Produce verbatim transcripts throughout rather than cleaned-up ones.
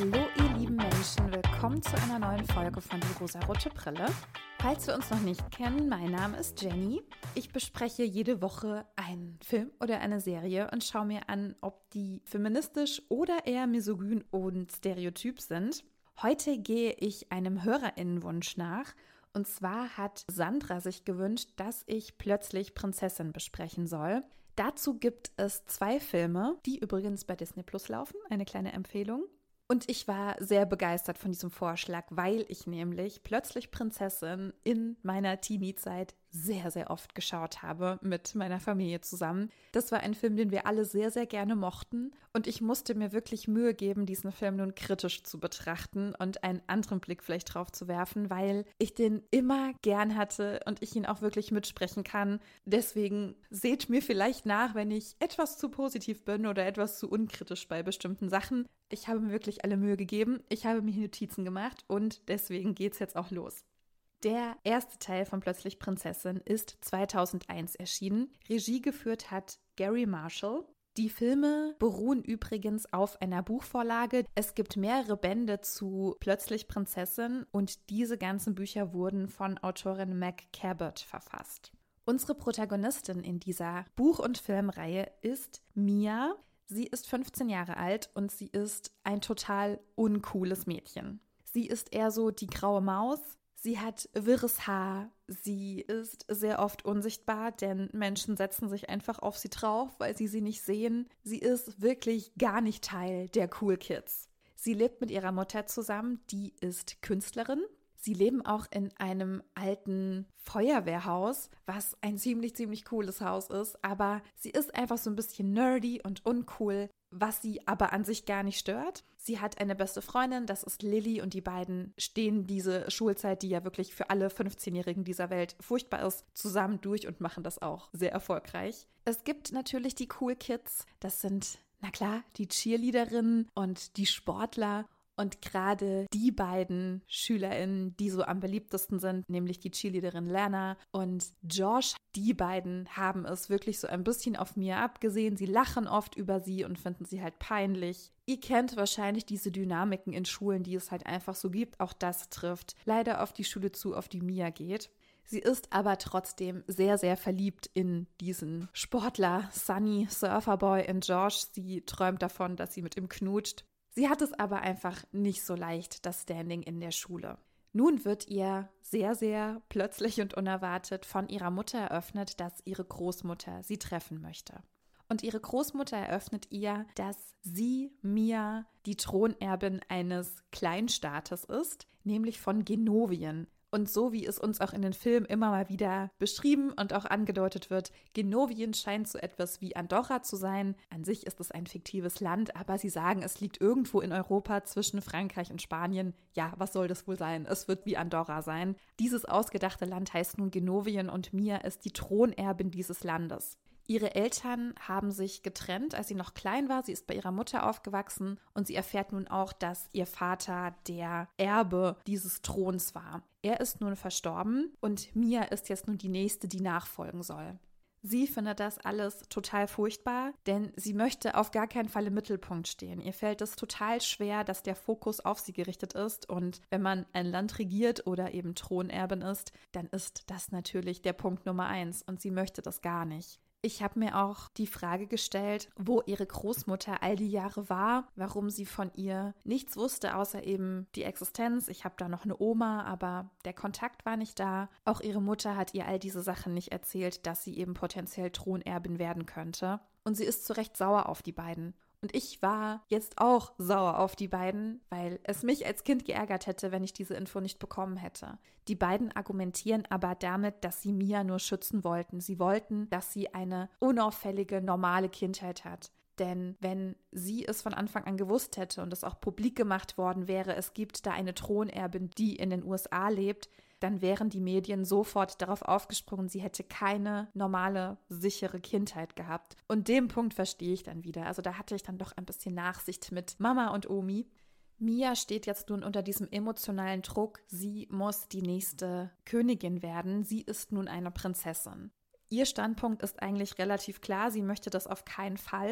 Hallo ihr lieben Menschen, willkommen zu einer neuen Folge von Die rosarote Brille. Falls wir uns noch nicht kennen, mein Name ist Jenny. Ich bespreche jede Woche einen Film oder eine Serie und schaue mir an, ob die feministisch oder eher misogyn und stereotyp sind. Heute gehe ich einem HörerInnenwunsch nach. Und zwar hat Sandra sich gewünscht, dass ich plötzlich Prinzessin besprechen soll. Dazu gibt es zwei Filme, die übrigens bei Disney Plus laufen. Eine kleine Empfehlung. Und ich war sehr begeistert von diesem Vorschlag, weil ich nämlich plötzlich Prinzessin in meiner Teenie-Zeit sehr, sehr oft geschaut habe mit meiner Familie zusammen. Das war ein Film, den wir alle sehr, sehr gerne mochten. Und ich musste mir wirklich Mühe geben, diesen Film nun kritisch zu betrachten und einen anderen Blick vielleicht drauf zu werfen, weil ich den immer gern hatte und ich ihn auch wirklich mitsprechen kann. Deswegen seht mir vielleicht nach, wenn ich etwas zu positiv bin oder etwas zu unkritisch bei bestimmten Sachen. Ich habe mir wirklich alle Mühe gegeben. Ich habe mir Notizen gemacht und deswegen geht's jetzt auch los. Der erste Teil von Plötzlich Prinzessin ist zweitausendeins erschienen. Regie geführt hat Gary Marshall. Die Filme beruhen übrigens auf einer Buchvorlage. Es gibt mehrere Bände zu Plötzlich Prinzessin und diese ganzen Bücher wurden von Autorin Meg Cabot verfasst. Unsere Protagonistin in dieser Buch- und Filmreihe ist Mia. Sie ist fünfzehn Jahre alt und sie ist ein total uncooles Mädchen. Sie ist eher so die graue Maus. Sie hat wirres Haar, sie ist sehr oft unsichtbar, denn Menschen setzen sich einfach auf sie drauf, weil sie sie nicht sehen. Sie ist wirklich gar nicht Teil der Cool Kids. Sie lebt mit ihrer Mutter zusammen, die ist Künstlerin. Sie leben auch in einem alten Feuerwehrhaus, was ein ziemlich, ziemlich cooles Haus ist, aber sie ist einfach so ein bisschen nerdy und uncool, was sie aber an sich gar nicht stört. Sie hat eine beste Freundin, das ist Lilly, und die beiden stehen diese Schulzeit, die ja wirklich für alle fünfzehnjährigen dieser Welt furchtbar ist, zusammen durch und machen das auch sehr erfolgreich. Es gibt natürlich die Cool Kids, das sind, na klar, die Cheerleaderinnen und die Sportler. Und gerade die beiden SchülerInnen, die so am beliebtesten sind, nämlich die Cheerleaderin Lana und Josh, die beiden haben es wirklich so ein bisschen auf Mia abgesehen. Sie lachen oft über sie und finden sie halt peinlich. Ihr kennt wahrscheinlich diese Dynamiken in Schulen, die es halt einfach so gibt. Auch das trifft leider auf die Schule zu, auf die Mia geht. Sie ist aber trotzdem sehr, sehr verliebt in diesen Sportler, Sunny, Surferboy in Josh. Sie träumt davon, dass sie mit ihm knutscht. Sie hat es aber einfach nicht so leicht, das Standing in der Schule. Nun wird ihr sehr, sehr plötzlich und unerwartet von ihrer Mutter eröffnet, dass ihre Großmutter sie treffen möchte. Und ihre Großmutter eröffnet ihr, dass sie, Mia, die Thronerbin eines Kleinstaates ist, nämlich von Genovien. Und so wie es uns auch in den Filmen immer mal wieder beschrieben und auch angedeutet wird, Genovien scheint so etwas wie Andorra zu sein. An sich ist es ein fiktives Land, aber sie sagen, es liegt irgendwo in Europa zwischen Frankreich und Spanien. Ja, was soll das wohl sein? Es wird wie Andorra sein. Dieses ausgedachte Land heißt nun Genovien und Mia ist die Thronerbin dieses Landes. Ihre Eltern haben sich getrennt, als sie noch klein war. Sie ist bei ihrer Mutter aufgewachsen und sie erfährt nun auch, dass ihr Vater der Erbe dieses Throns war. Er ist nun verstorben und Mia ist jetzt nun die Nächste, die nachfolgen soll. Sie findet das alles total furchtbar, denn sie möchte auf gar keinen Fall im Mittelpunkt stehen. Ihr fällt es total schwer, dass der Fokus auf sie gerichtet ist. Und wenn man ein Land regiert oder eben Thronerbin ist, dann ist das natürlich der Punkt Nummer eins und sie möchte das gar nicht. Ich habe mir auch die Frage gestellt, wo ihre Großmutter all die Jahre war, warum sie von ihr nichts wusste, außer eben die Existenz. Ich habe da noch eine Oma, aber der Kontakt war nicht da. Auch ihre Mutter hat ihr all diese Sachen nicht erzählt, dass sie eben potenziell Thronerbin werden könnte. Und sie ist zu Recht sauer auf die beiden. Und ich war jetzt auch sauer auf die beiden, weil es mich als Kind geärgert hätte, wenn ich diese Info nicht bekommen hätte. Die beiden argumentieren aber damit, dass sie Mia nur schützen wollten. Sie wollten, dass sie eine unauffällige, normale Kindheit hat. Denn wenn sie es von Anfang an gewusst hätte und es auch publik gemacht worden wäre, es gibt da eine Thronerbin, die in den U S A lebt, dann wären die Medien sofort darauf aufgesprungen, sie hätte keine normale, sichere Kindheit gehabt. Und den Punkt verstehe ich dann wieder. Also da hatte ich dann doch ein bisschen Nachsicht mit Mama und Omi. Mia steht jetzt nun unter diesem emotionalen Druck. Sie muss die nächste Königin werden. Sie ist nun eine Prinzessin. Ihr Standpunkt ist eigentlich relativ klar. Sie möchte das auf keinen Fall.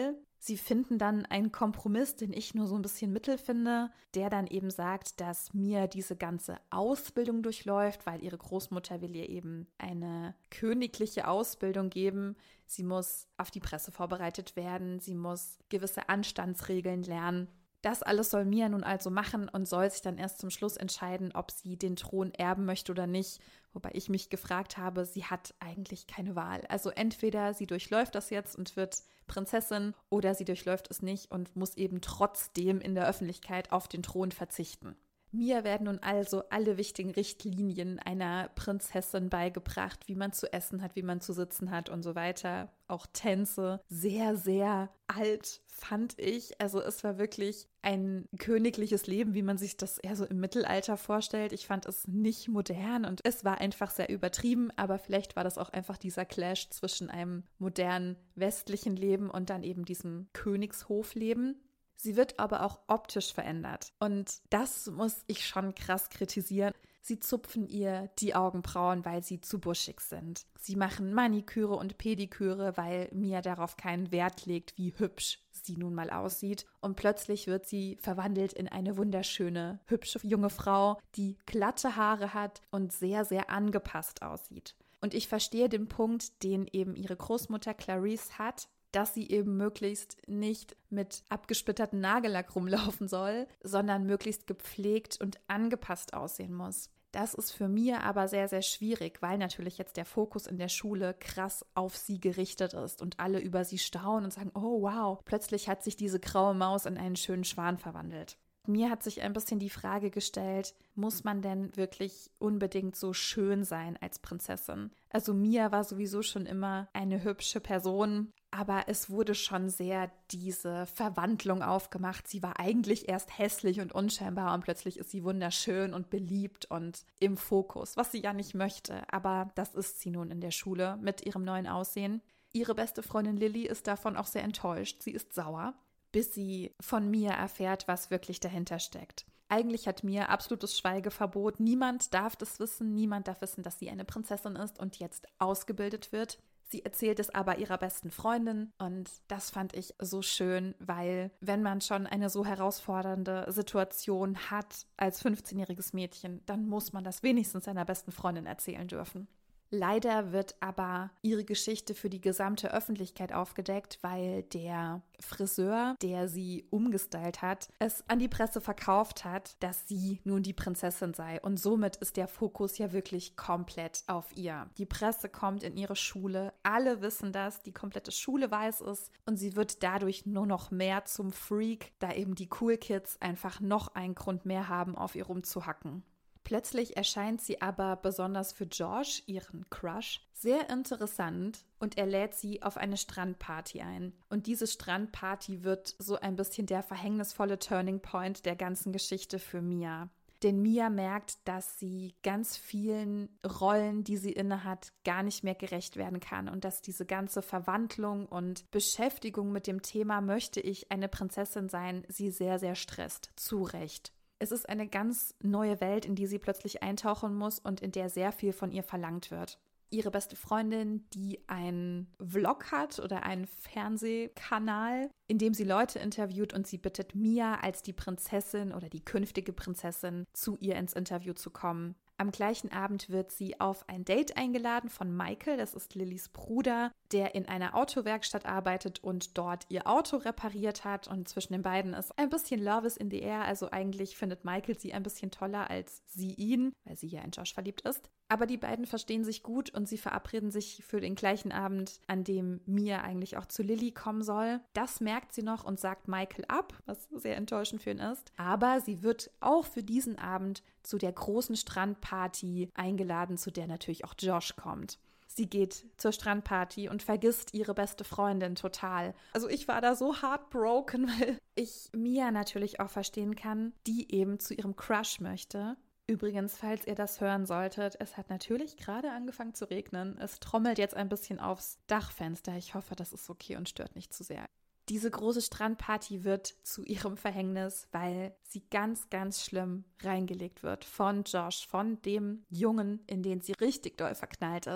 Sie finden dann einen Kompromiss, den ich nur so ein bisschen mittel finde, der dann eben sagt, dass Mia diese ganze Ausbildung durchläuft, weil ihre Großmutter will ihr eben eine königliche Ausbildung geben. Sie muss auf die Presse vorbereitet werden, sie muss gewisse Anstandsregeln lernen. Das alles soll Mia nun also machen und soll sich dann erst zum Schluss entscheiden, ob sie den Thron erben möchte oder nicht. Wobei ich mich gefragt habe, sie hat eigentlich keine Wahl. Also entweder sie durchläuft das jetzt und wird Prinzessin oder sie durchläuft es nicht und muss eben trotzdem in der Öffentlichkeit auf den Thron verzichten. Mia werden nun also alle wichtigen Richtlinien einer Prinzessin beigebracht, wie man zu essen hat, wie man zu sitzen hat und so weiter. Auch Tänze. Sehr, sehr alt, fand ich. Also es war wirklich ein königliches Leben, wie man sich das eher so im Mittelalter vorstellt. Ich fand es nicht modern und es war einfach sehr übertrieben, aber vielleicht war das auch einfach dieser Clash zwischen einem modernen westlichen Leben und dann eben diesem Königshofleben. Sie wird aber auch optisch verändert und das muss ich schon krass kritisieren. Sie zupfen ihr die Augenbrauen, weil sie zu buschig sind. Sie machen Maniküre und Pediküre, weil Mia darauf keinen Wert legt, wie hübsch sie nun mal aussieht. Und plötzlich wird sie verwandelt in eine wunderschöne, hübsche junge Frau, die glatte Haare hat und sehr, sehr angepasst aussieht. Und ich verstehe den Punkt, den eben ihre Großmutter Clarice hat, dass sie eben möglichst nicht mit abgespittertem Nagellack rumlaufen soll, sondern möglichst gepflegt und angepasst aussehen muss. Das ist für Mia aber sehr, sehr schwierig, weil natürlich jetzt der Fokus in der Schule krass auf sie gerichtet ist und alle über sie staunen und sagen, oh wow, plötzlich hat sich diese graue Maus in einen schönen Schwan verwandelt. Mir hat sich ein bisschen die Frage gestellt, muss man denn wirklich unbedingt so schön sein als Prinzessin? Also Mia war sowieso schon immer eine hübsche Person, aber es wurde schon sehr diese Verwandlung aufgemacht. Sie war eigentlich erst hässlich und unscheinbar und plötzlich ist sie wunderschön und beliebt und im Fokus, was sie ja nicht möchte. Aber das ist sie nun in der Schule mit ihrem neuen Aussehen. Ihre beste Freundin Lily ist davon auch sehr enttäuscht. Sie ist sauer, bis sie von Mia erfährt, was wirklich dahinter steckt. Eigentlich hat Mia absolutes Schweigeverbot. Niemand darf das wissen. Niemand darf wissen, dass sie eine Prinzessin ist und jetzt ausgebildet wird. Sie erzählt es aber ihrer besten Freundin und das fand ich so schön, weil wenn man schon eine so herausfordernde Situation hat als fünfzehnjähriges Mädchen, dann muss man das wenigstens seiner besten Freundin erzählen dürfen. Leider wird aber ihre Geschichte für die gesamte Öffentlichkeit aufgedeckt, weil der Friseur, der sie umgestylt hat, es an die Presse verkauft hat, dass sie nun die Prinzessin sei. Und somit ist der Fokus ja wirklich komplett auf ihr. Die Presse kommt in ihre Schule, alle wissen das, die komplette Schule weiß es und sie wird dadurch nur noch mehr zum Freak, da eben die Cool Kids einfach noch einen Grund mehr haben, auf ihr rumzuhacken. Plötzlich erscheint sie aber besonders für Josh, ihren Crush, sehr interessant und er lädt sie auf eine Strandparty ein. Und diese Strandparty wird so ein bisschen der verhängnisvolle Turning Point der ganzen Geschichte für Mia. Denn Mia merkt, dass sie ganz vielen Rollen, die sie innehat, gar nicht mehr gerecht werden kann und dass diese ganze Verwandlung und Beschäftigung mit dem Thema, möchte ich eine Prinzessin sein, sie sehr, sehr stresst. Zu Recht. Es ist eine ganz neue Welt, in die sie plötzlich eintauchen muss und in der sehr viel von ihr verlangt wird. Ihre beste Freundin, die einen Vlog hat oder einen Fernsehkanal, in dem sie Leute interviewt und sie bittet Mia als die Prinzessin oder die künftige Prinzessin zu ihr ins Interview zu kommen. Am gleichen Abend wird sie auf ein Date eingeladen von Michael, das ist Lillys Bruder, der in einer Autowerkstatt arbeitet und dort ihr Auto repariert hat. Und zwischen den beiden ist ein bisschen Love is in the air. Also eigentlich findet Michael sie ein bisschen toller als sie ihn, weil sie ja in Josh verliebt ist. Aber die beiden verstehen sich gut und sie verabreden sich für den gleichen Abend, an dem Mia eigentlich auch zu Lily kommen soll. Das merkt sie noch und sagt Michael ab, was sehr enttäuschend für ihn ist. Aber sie wird auch für diesen Abend zu der großen Strandparty eingeladen, zu der natürlich auch Josh kommt. Sie geht zur Strandparty und vergisst ihre beste Freundin total. Also ich war da so heartbroken, weil ich Mia natürlich auch verstehen kann, die eben zu ihrem Crush möchte. Übrigens, falls ihr das hören solltet, es hat natürlich gerade angefangen zu regnen. Es trommelt jetzt ein bisschen aufs Dachfenster. Ich hoffe, das ist okay und stört nicht zu sehr. Diese große Strandparty wird zu ihrem Verhängnis, weil sie ganz, ganz schlimm reingelegt wird von Josh, von dem Jungen, in den sie richtig doll verknallt ist.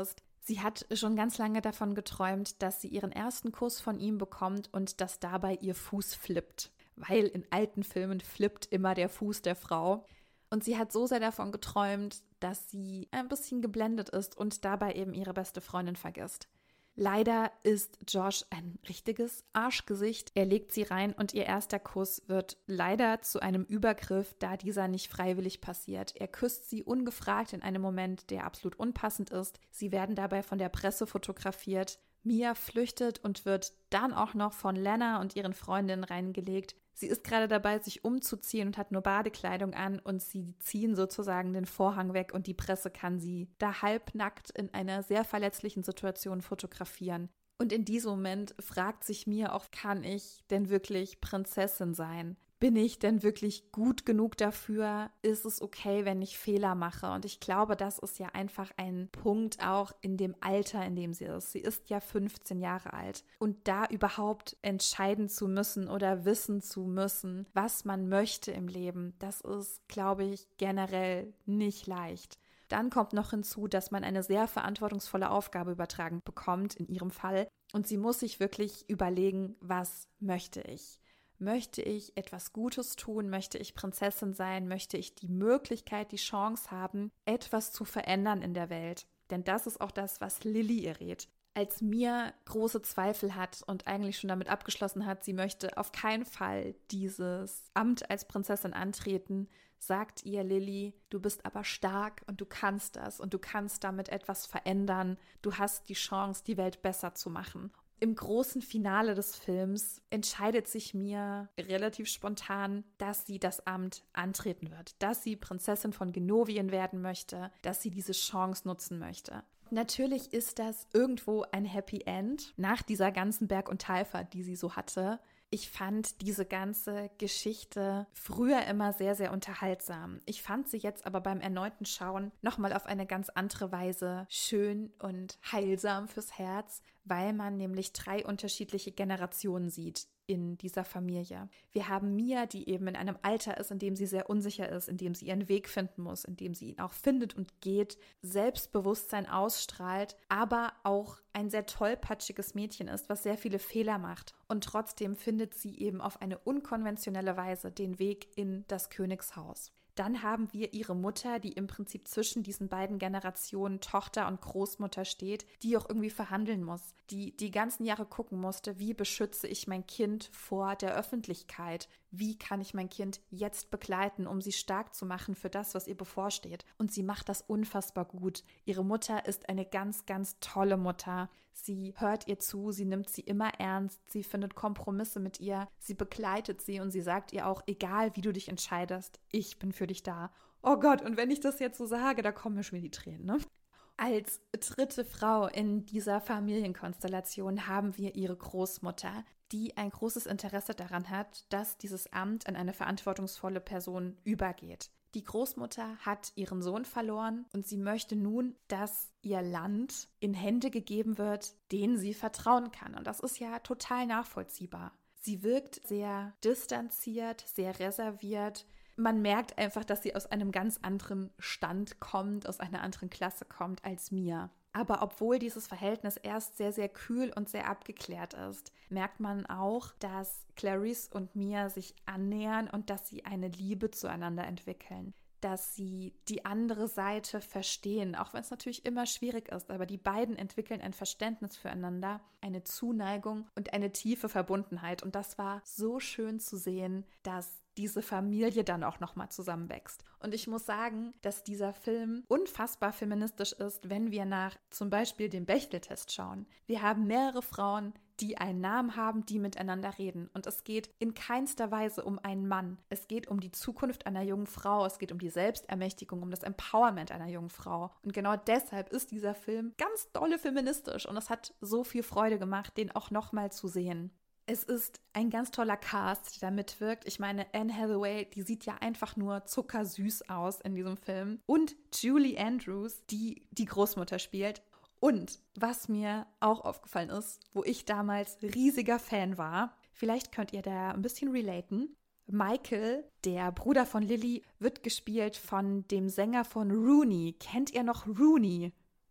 Sie hat schon ganz lange davon geträumt, dass sie ihren ersten Kuss von ihm bekommt und dass dabei ihr Fuß flippt. Weil in alten Filmen flippt immer der Fuß der Frau. Und sie hat so sehr davon geträumt, dass sie ein bisschen geblendet ist und dabei eben ihre beste Freundin vergisst. Leider ist Josh ein richtiges Arschgesicht. Er legt sie rein und ihr erster Kuss wird leider zu einem Übergriff, da dieser nicht freiwillig passiert. Er küsst sie ungefragt in einem Moment, der absolut unpassend ist. Sie werden dabei von der Presse fotografiert. Mia flüchtet und wird dann auch noch von Lana und ihren Freundinnen reingelegt. Sie ist gerade dabei, sich umzuziehen und hat nur Badekleidung an und sie ziehen sozusagen den Vorhang weg und die Presse kann sie da halbnackt in einer sehr verletzlichen Situation fotografieren. Und in diesem Moment fragt sich Mia auch, kann ich denn wirklich Prinzessin sein? Bin ich denn wirklich gut genug dafür? Ist es okay, wenn ich Fehler mache? Und ich glaube, das ist ja einfach ein Punkt auch in dem Alter, in dem sie ist. Sie ist ja fünfzehn Jahre alt. Und da überhaupt entscheiden zu müssen oder wissen zu müssen, was man möchte im Leben, das ist, glaube ich, generell nicht leicht. Dann kommt noch hinzu, dass man eine sehr verantwortungsvolle Aufgabe übertragen bekommt, in ihrem Fall. Und sie muss sich wirklich überlegen, was möchte ich? Möchte ich etwas Gutes tun? Möchte ich Prinzessin sein? Möchte ich die Möglichkeit, die Chance haben, etwas zu verändern in der Welt? Denn das ist auch das, was Lily ihr rät. Als Mia große Zweifel hat und eigentlich schon damit abgeschlossen hat, sie möchte auf keinen Fall dieses Amt als Prinzessin antreten, sagt ihr Lily, du bist aber stark und du kannst das und du kannst damit etwas verändern. Du hast die Chance, die Welt besser zu machen. Im großen Finale des Films entscheidet sich Mia relativ spontan, dass sie das Amt antreten wird, dass sie Prinzessin von Genovien werden möchte, dass sie diese Chance nutzen möchte. Natürlich ist das irgendwo ein Happy End nach dieser ganzen Berg- und Talfahrt, die sie so hatte. Ich fand diese ganze Geschichte früher immer sehr, sehr unterhaltsam. Ich fand sie jetzt aber beim erneuten Schauen nochmal auf eine ganz andere Weise schön und heilsam fürs Herz, weil man nämlich drei unterschiedliche Generationen sieht in dieser Familie. Wir haben Mia, die eben in einem Alter ist, in dem sie sehr unsicher ist, in dem sie ihren Weg finden muss, in dem sie ihn auch findet und geht, Selbstbewusstsein ausstrahlt, aber auch ein sehr tollpatschiges Mädchen ist, was sehr viele Fehler macht. Und trotzdem findet sie eben auf eine unkonventionelle Weise den Weg in das Königshaus. Dann haben wir ihre Mutter, die im Prinzip zwischen diesen beiden Generationen Tochter und Großmutter steht, die auch irgendwie verhandeln muss, die die ganzen Jahre gucken musste, wie beschütze ich mein Kind vor der Öffentlichkeit? Wie kann ich mein Kind jetzt begleiten, um sie stark zu machen für das, was ihr bevorsteht? Und sie macht das unfassbar gut. Ihre Mutter ist eine ganz, ganz tolle Mutter. Sie hört ihr zu, sie nimmt sie immer ernst, sie findet Kompromisse mit ihr, sie begleitet sie und sie sagt ihr auch, egal wie du dich entscheidest, ich bin für dich da. Oh Gott, und wenn ich das jetzt so sage, da kommen mir schon wieder die Tränen, ne? Als dritte Frau in dieser Familienkonstellation haben wir ihre Großmutter, die ein großes Interesse daran hat, dass dieses Amt an eine verantwortungsvolle Person übergeht. Die Großmutter hat ihren Sohn verloren und sie möchte nun, dass ihr Land in Hände gegeben wird, denen sie vertrauen kann. Und das ist ja total nachvollziehbar. Sie wirkt sehr distanziert, sehr reserviert. Man merkt einfach, dass sie aus einem ganz anderen Stand kommt, aus einer anderen Klasse kommt als Mia. Aber obwohl dieses Verhältnis erst sehr, sehr kühl und sehr abgeklärt ist, merkt man auch, dass Clarice und Mia sich annähern und dass sie eine Liebe zueinander entwickeln. Dass sie die andere Seite verstehen, auch wenn es natürlich immer schwierig ist, aber die beiden entwickeln ein Verständnis füreinander, eine Zuneigung und eine tiefe Verbundenheit. Und das war so schön zu sehen, dass diese Familie dann auch nochmal zusammenwächst. Und ich muss sagen, dass dieser Film unfassbar feministisch ist, wenn wir nach zum Beispiel dem Bechtel-Test schauen. Wir haben mehrere Frauen, die einen Namen haben, die miteinander reden. Und es geht in keinster Weise um einen Mann. Es geht um die Zukunft einer jungen Frau. Es geht um die Selbstermächtigung, um das Empowerment einer jungen Frau. Und genau deshalb ist dieser Film ganz dolle feministisch. Und es hat so viel Freude gemacht, den auch nochmal zu sehen. Es ist ein ganz toller Cast, der mitwirkt. Ich meine, Anne Hathaway, die sieht ja einfach nur zuckersüß aus in diesem Film. Und Julie Andrews, die die Großmutter spielt. Und was mir auch aufgefallen ist, wo ich damals riesiger Fan war, vielleicht könnt ihr da ein bisschen relaten. Michael, der Bruder von Lily, wird gespielt von dem Sänger von Rooney. Kennt ihr noch Rooney?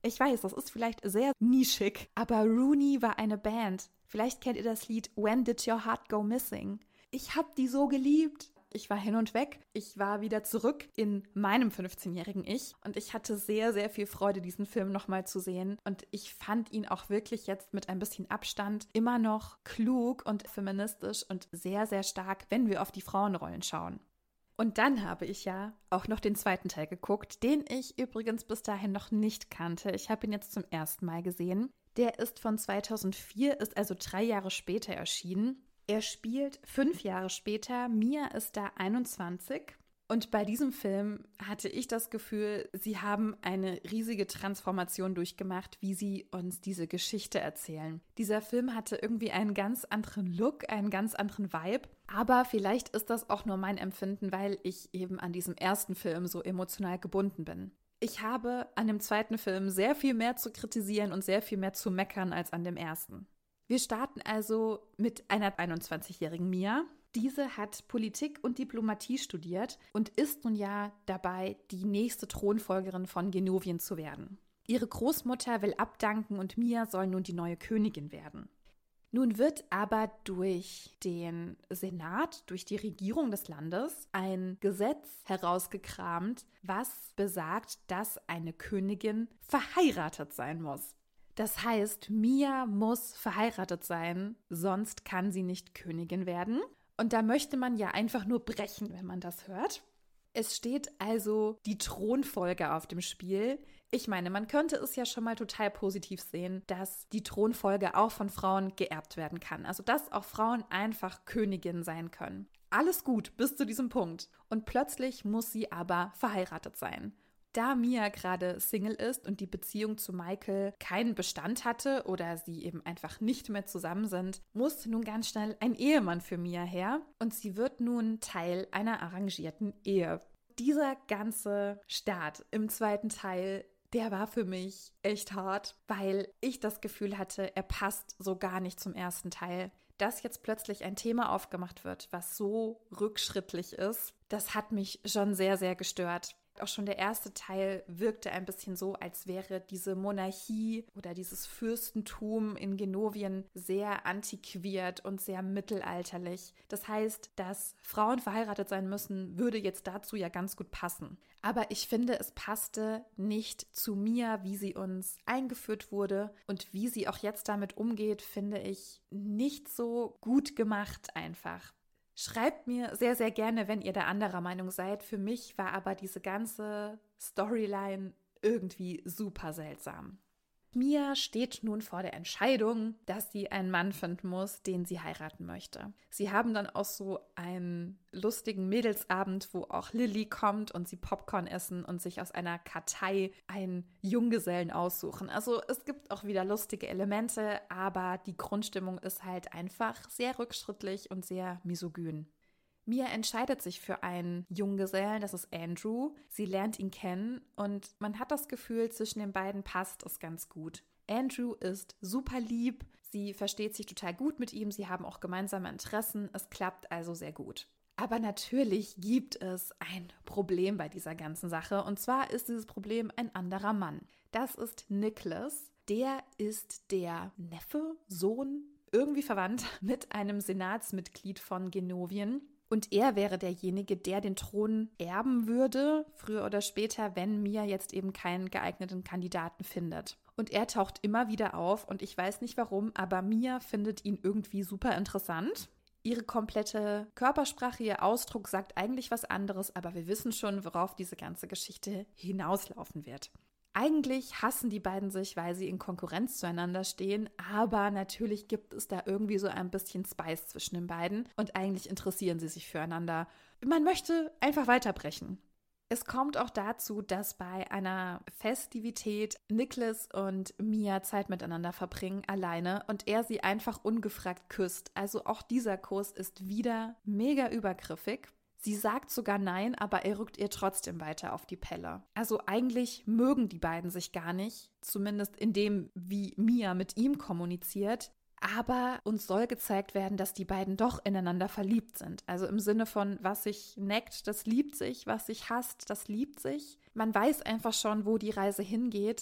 Ich weiß, das ist vielleicht sehr nischig, aber Rooney war eine Band. Vielleicht kennt ihr das Lied When Did Your Heart Go Missing? Ich hab die so geliebt. Ich war hin und weg. Ich war wieder zurück in meinem fünfzehnjährigen Ich und ich hatte sehr, sehr viel Freude, diesen Film nochmal zu sehen. Und ich fand ihn auch wirklich jetzt mit ein bisschen Abstand immer noch klug und feministisch und sehr, sehr stark, wenn wir auf die Frauenrollen schauen. Und dann habe ich ja auch noch den zweiten Teil geguckt, den ich übrigens bis dahin noch nicht kannte. Ich habe ihn jetzt zum ersten Mal gesehen. Der ist von zweitausendvier, ist also drei Jahre später erschienen. Er spielt fünf Jahre später, Mia ist da einundzwanzig und bei diesem Film hatte ich das Gefühl, sie haben eine riesige Transformation durchgemacht, wie sie uns diese Geschichte erzählen. Dieser Film hatte irgendwie einen ganz anderen Look, einen ganz anderen Vibe, aber vielleicht ist das auch nur mein Empfinden, weil ich eben an diesem ersten Film so emotional gebunden bin. Ich habe an dem zweiten Film sehr viel mehr zu kritisieren und sehr viel mehr zu meckern als an dem ersten. Wir starten also mit einer einundzwanzigjährigen Mia. Diese hat Politik und Diplomatie studiert und ist nun ja dabei, die nächste Thronfolgerin von Genovien zu werden. Ihre Großmutter will abdanken und Mia soll nun die neue Königin werden. Nun wird aber durch den Senat, durch die Regierung des Landes, ein Gesetz herausgekramt, was besagt, dass eine Königin verheiratet sein muss. Das heißt, Mia muss verheiratet sein, sonst kann sie nicht Königin werden. Und da möchte man ja einfach nur brechen, wenn man das hört. Es steht also die Thronfolge auf dem Spiel. Ich meine, man könnte es ja schon mal total positiv sehen, dass die Thronfolge auch von Frauen geerbt werden kann. Also, dass auch Frauen einfach Königin sein können. Alles gut bis zu diesem Punkt. Und plötzlich muss sie aber verheiratet sein. Da Mia gerade Single ist und die Beziehung zu Michael keinen Bestand hatte oder sie eben einfach nicht mehr zusammen sind, muss nun ganz schnell ein Ehemann für Mia her und sie wird nun Teil einer arrangierten Ehe. Dieser ganze Start im zweiten Teil, der war für mich echt hart, weil ich das Gefühl hatte, er passt so gar nicht zum ersten Teil. Dass jetzt plötzlich ein Thema aufgemacht wird, was so rückschrittlich ist, das hat mich schon sehr, sehr gestört. Auch schon der erste Teil wirkte ein bisschen so, als wäre diese Monarchie oder dieses Fürstentum in Genovien sehr antiquiert und sehr mittelalterlich. Das heißt, dass Frauen verheiratet sein müssen, würde jetzt dazu ja ganz gut passen. Aber ich finde, es passte nicht zu Mia, wie sie uns eingeführt wurde und wie sie auch jetzt damit umgeht, finde ich nicht so gut gemacht einfach. Schreibt mir sehr, sehr gerne, wenn ihr da anderer Meinung seid. Für mich war aber diese ganze Storyline irgendwie super seltsam. Mia steht nun vor der Entscheidung, dass sie einen Mann finden muss, den sie heiraten möchte. Sie haben dann auch so einen lustigen Mädelsabend, wo auch Lily kommt und sie Popcorn essen und sich aus einer Kartei einen Junggesellen aussuchen. Also es gibt auch wieder lustige Elemente, aber die Grundstimmung ist halt einfach sehr rückschrittlich und sehr misogyn. Mia entscheidet sich für einen Junggesellen, das ist Andrew. Sie lernt ihn kennen und man hat das Gefühl, zwischen den beiden passt es ganz gut. Andrew ist super lieb, sie versteht sich total gut mit ihm, sie haben auch gemeinsame Interessen, es klappt also sehr gut. Aber natürlich gibt es ein Problem bei dieser ganzen Sache und zwar ist dieses Problem ein anderer Mann. Das ist Nicholas, der ist der Neffe, Sohn, irgendwie verwandt mit einem Senatsmitglied von Genovien. Und er wäre derjenige, der den Thron erben würde, früher oder später, wenn Mia jetzt eben keinen geeigneten Kandidaten findet. Und er taucht immer wieder auf und ich weiß nicht warum, aber Mia findet ihn irgendwie super interessant. Ihre komplette Körpersprache, ihr Ausdruck sagt eigentlich was anderes, aber wir wissen schon, worauf diese ganze Geschichte hinauslaufen wird. Eigentlich hassen die beiden sich, weil sie in Konkurrenz zueinander stehen, aber natürlich gibt es da irgendwie so ein bisschen Spice zwischen den beiden und eigentlich interessieren sie sich füreinander. Man möchte einfach weiterbrechen. Es kommt auch dazu, dass bei einer Festivität Nicholas und Mia Zeit miteinander verbringen, alleine, und er sie einfach ungefragt küsst. Also auch dieser Kuss ist wieder mega übergriffig. Sie sagt sogar nein, aber er rückt ihr trotzdem weiter auf die Pelle. Also eigentlich mögen die beiden sich gar nicht, zumindest in dem, wie Mia mit ihm kommuniziert. Aber uns soll gezeigt werden, dass die beiden doch ineinander verliebt sind. Also im Sinne von, was sich neckt, das liebt sich, was sich hasst, das liebt sich. Man weiß einfach schon, wo die Reise hingeht.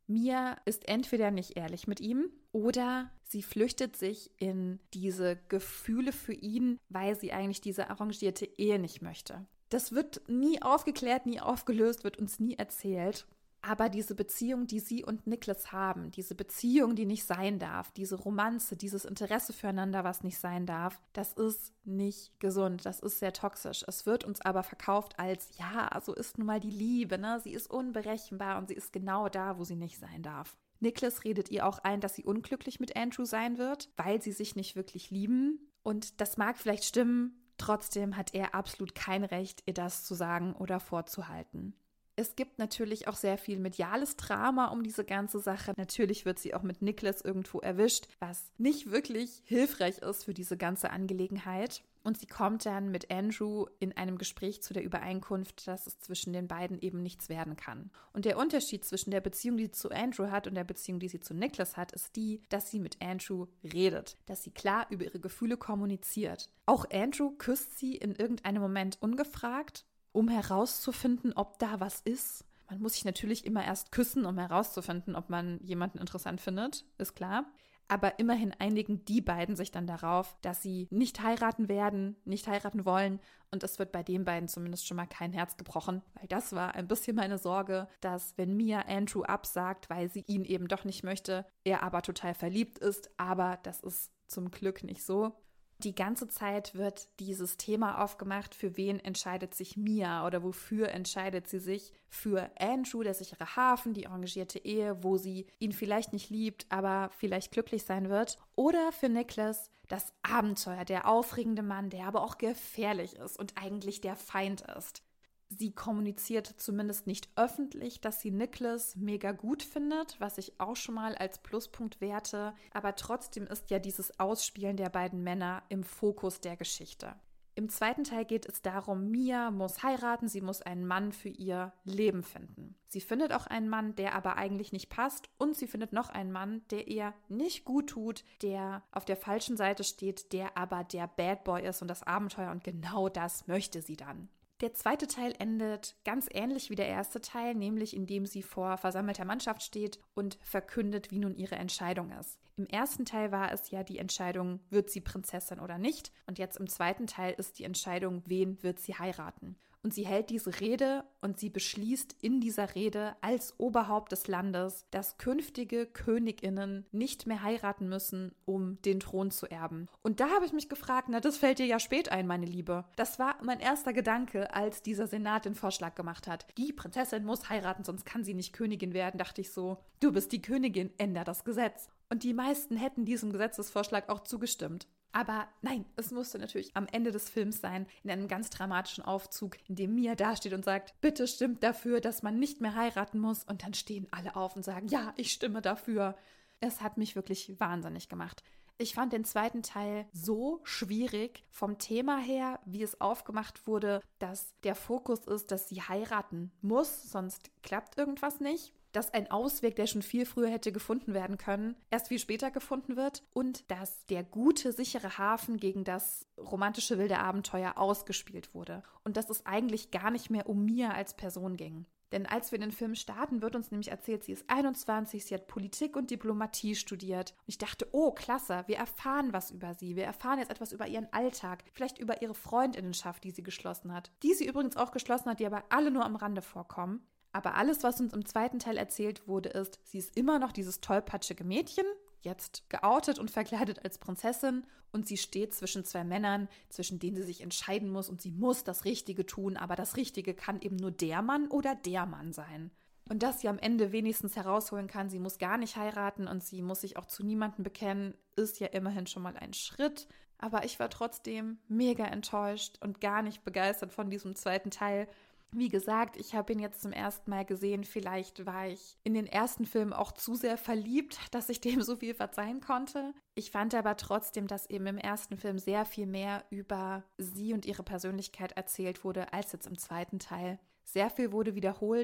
Mia ist entweder nicht ehrlich mit ihm oder sie flüchtet sich in diese Gefühle für ihn, weil sie eigentlich diese arrangierte Ehe nicht möchte. Das wird nie aufgeklärt, nie aufgelöst, wird uns nie erzählt. Aber diese Beziehung, die sie und Nicholas haben, diese Beziehung, die nicht sein darf, diese Romanze, dieses Interesse füreinander, was nicht sein darf, das ist nicht gesund, das ist sehr toxisch. Es wird uns aber verkauft als, ja, so ist nun mal die Liebe, ne? Sie ist unberechenbar und sie ist genau da, wo sie nicht sein darf. Nicholas redet ihr auch ein, dass sie unglücklich mit Andrew sein wird, weil sie sich nicht wirklich lieben. Und das mag vielleicht stimmen, trotzdem hat er absolut kein Recht, ihr das zu sagen oder vorzuhalten. Es gibt natürlich auch sehr viel mediales Drama um diese ganze Sache. Natürlich wird sie auch mit Nicholas irgendwo erwischt, was nicht wirklich hilfreich ist für diese ganze Angelegenheit. Und sie kommt dann mit Andrew in einem Gespräch zu der Übereinkunft, dass es zwischen den beiden eben nichts werden kann. Und der Unterschied zwischen der Beziehung, die sie zu Andrew hat und der Beziehung, die sie zu Nicholas hat, ist die, dass sie mit Andrew redet, dass sie klar über ihre Gefühle kommuniziert. Auch Andrew küsst sie in irgendeinem Moment ungefragt, um herauszufinden, ob da was ist. Man muss sich natürlich immer erst küssen, um herauszufinden, ob man jemanden interessant findet, ist klar. Aber immerhin einigen die beiden sich dann darauf, dass sie nicht heiraten werden, nicht heiraten wollen. Und es wird bei den beiden zumindest schon mal kein Herz gebrochen, weil das war ein bisschen meine Sorge, dass wenn Mia Andrew absagt, weil sie ihn eben doch nicht möchte, er aber total verliebt ist. Aber das ist zum Glück nicht so. Die ganze Zeit wird dieses Thema aufgemacht, für wen entscheidet sich Mia oder wofür entscheidet sie sich? Für Andrew, der sichere Hafen, die arrangierte Ehe, wo sie ihn vielleicht nicht liebt, aber vielleicht glücklich sein wird. Oder für Nicholas, das Abenteuer, der aufregende Mann, der aber auch gefährlich ist und eigentlich der Feind ist. Sie kommuniziert zumindest nicht öffentlich, dass sie Nicholas mega gut findet, was ich auch schon mal als Pluspunkt werte. Aber trotzdem ist ja dieses Ausspielen der beiden Männer im Fokus der Geschichte. Im zweiten Teil geht es darum, Mia muss heiraten, sie muss einen Mann für ihr Leben finden. Sie findet auch einen Mann, der aber eigentlich nicht passt, und sie findet noch einen Mann, der ihr nicht gut tut, der auf der falschen Seite steht, der aber der Bad Boy ist und das Abenteuer, und genau das möchte sie dann. Der zweite Teil endet ganz ähnlich wie der erste Teil, nämlich indem sie vor versammelter Mannschaft steht und verkündet, wie nun ihre Entscheidung ist. Im ersten Teil war es ja die Entscheidung, wird sie Prinzessin oder nicht? Und jetzt im zweiten Teil ist die Entscheidung, wen wird sie heiraten? Und sie hält diese Rede und sie beschließt in dieser Rede als Oberhaupt des Landes, dass künftige KönigInnen nicht mehr heiraten müssen, um den Thron zu erben. Und da habe ich mich gefragt, na, das fällt dir ja spät ein, meine Liebe. Das war mein erster Gedanke, als dieser Senat den Vorschlag gemacht hat. Die Prinzessin muss heiraten, sonst kann sie nicht Königin werden, dachte ich so. Du bist die Königin, änder das Gesetz. Und die meisten hätten diesem Gesetzesvorschlag auch zugestimmt. Aber nein, es musste natürlich am Ende des Films sein, in einem ganz dramatischen Aufzug, in dem Mia dasteht und sagt, bitte stimmt dafür, dass man nicht mehr heiraten muss. Und dann stehen alle auf und sagen, ja, ich stimme dafür. Es hat mich wirklich wahnsinnig gemacht. Ich fand den zweiten Teil so schwierig vom Thema her, wie es aufgemacht wurde, dass der Fokus ist, dass sie heiraten muss, sonst klappt irgendwas nicht. Dass ein Ausweg, der schon viel früher hätte gefunden werden können, erst viel später gefunden wird, und dass der gute, sichere Hafen gegen das romantische wilde Abenteuer ausgespielt wurde und dass es eigentlich gar nicht mehr um Mia als Person ging. Denn als wir den Film starten, wird uns nämlich erzählt, sie ist einundzwanzig, sie hat Politik und Diplomatie studiert. Und ich dachte, oh, klasse, wir erfahren was über sie. Wir erfahren jetzt etwas über ihren Alltag, vielleicht über ihre Freundinnenschaft, die sie geschlossen hat. Die sie übrigens auch geschlossen hat, die aber alle nur am Rande vorkommen. Aber alles, was uns im zweiten Teil erzählt wurde, ist, sie ist immer noch dieses tollpatschige Mädchen, jetzt geoutet und verkleidet als Prinzessin, und sie steht zwischen zwei Männern, zwischen denen sie sich entscheiden muss, und sie muss das Richtige tun, aber das Richtige kann eben nur der Mann oder der Mann sein. Und dass sie am Ende wenigstens herausholen kann, sie muss gar nicht heiraten und sie muss sich auch zu niemandem bekennen, ist ja immerhin schon mal ein Schritt. Aber ich war trotzdem mega enttäuscht und gar nicht begeistert von diesem zweiten Teil. Wie gesagt, ich habe ihn jetzt zum ersten Mal gesehen. Vielleicht war ich in den ersten Filmen auch zu sehr verliebt, dass ich dem so viel verzeihen konnte. Ich fand aber trotzdem, dass eben im ersten Film sehr viel mehr über sie und ihre Persönlichkeit erzählt wurde, als jetzt im zweiten Teil. Sehr viel wurde wiederholt.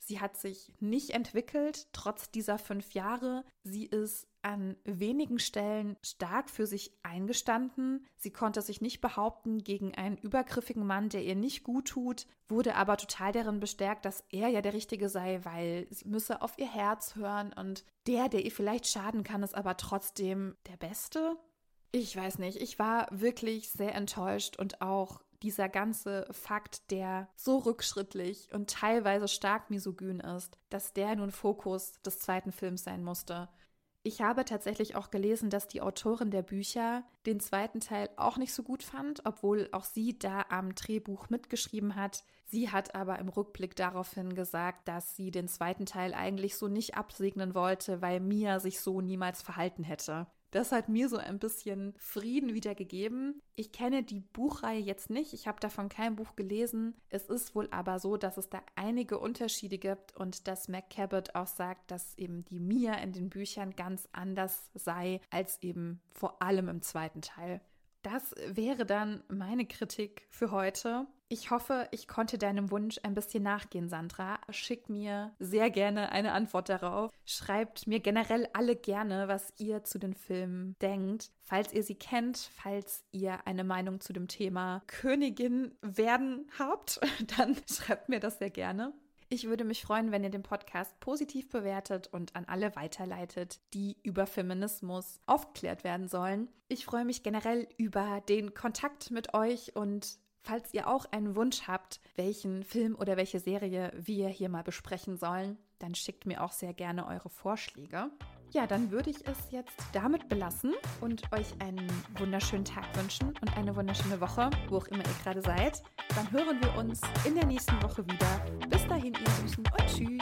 Sie hat sich nicht entwickelt, trotz dieser fünf Jahre. Sie ist an wenigen Stellen stark für sich eingestanden. Sie konnte sich nicht behaupten gegen einen übergriffigen Mann, der ihr nicht gut tut, wurde aber total darin bestärkt, dass er ja der Richtige sei, weil sie müsse auf ihr Herz hören und der, der ihr vielleicht schaden kann, ist aber trotzdem der Beste. Ich weiß nicht, ich war wirklich sehr enttäuscht und auch dieser ganze Fakt, der so rückschrittlich und teilweise stark misogyn ist, dass der nun Fokus des zweiten Films sein musste. Ich habe tatsächlich auch gelesen, dass die Autorin der Bücher den zweiten Teil auch nicht so gut fand, obwohl auch sie da am Drehbuch mitgeschrieben hat. Sie hat aber im Rückblick daraufhin gesagt, dass sie den zweiten Teil eigentlich so nicht absegnen wollte, weil Mia sich so niemals verhalten hätte. Das hat mir so ein bisschen Frieden wieder gegeben. Ich kenne die Buchreihe jetzt nicht, ich habe davon kein Buch gelesen. Es ist wohl aber so, dass es da einige Unterschiede gibt und dass Meg Cabot auch sagt, dass eben die Mia in den Büchern ganz anders sei als eben vor allem im zweiten Teil. Das wäre dann meine Kritik für heute. Ich hoffe, ich konnte deinem Wunsch ein bisschen nachgehen, Sandra. Schick mir sehr gerne eine Antwort darauf. Schreibt mir generell alle gerne, was ihr zu den Filmen denkt. Falls ihr sie kennt, falls ihr eine Meinung zu dem Thema Königin werden habt, dann schreibt mir das sehr gerne. Ich würde mich freuen, wenn ihr den Podcast positiv bewertet und an alle weiterleitet, die über Feminismus aufgeklärt werden sollen. Ich freue mich generell über den Kontakt mit euch und falls ihr auch einen Wunsch habt, welchen Film oder welche Serie wir hier mal besprechen sollen, dann schickt mir auch sehr gerne eure Vorschläge. Ja, dann würde ich es jetzt damit belassen und euch einen wunderschönen Tag wünschen und eine wunderschöne Woche, wo auch immer ihr gerade seid. Dann hören wir uns in der nächsten Woche wieder. Bis dahin, ihr Süßen, und tschüss.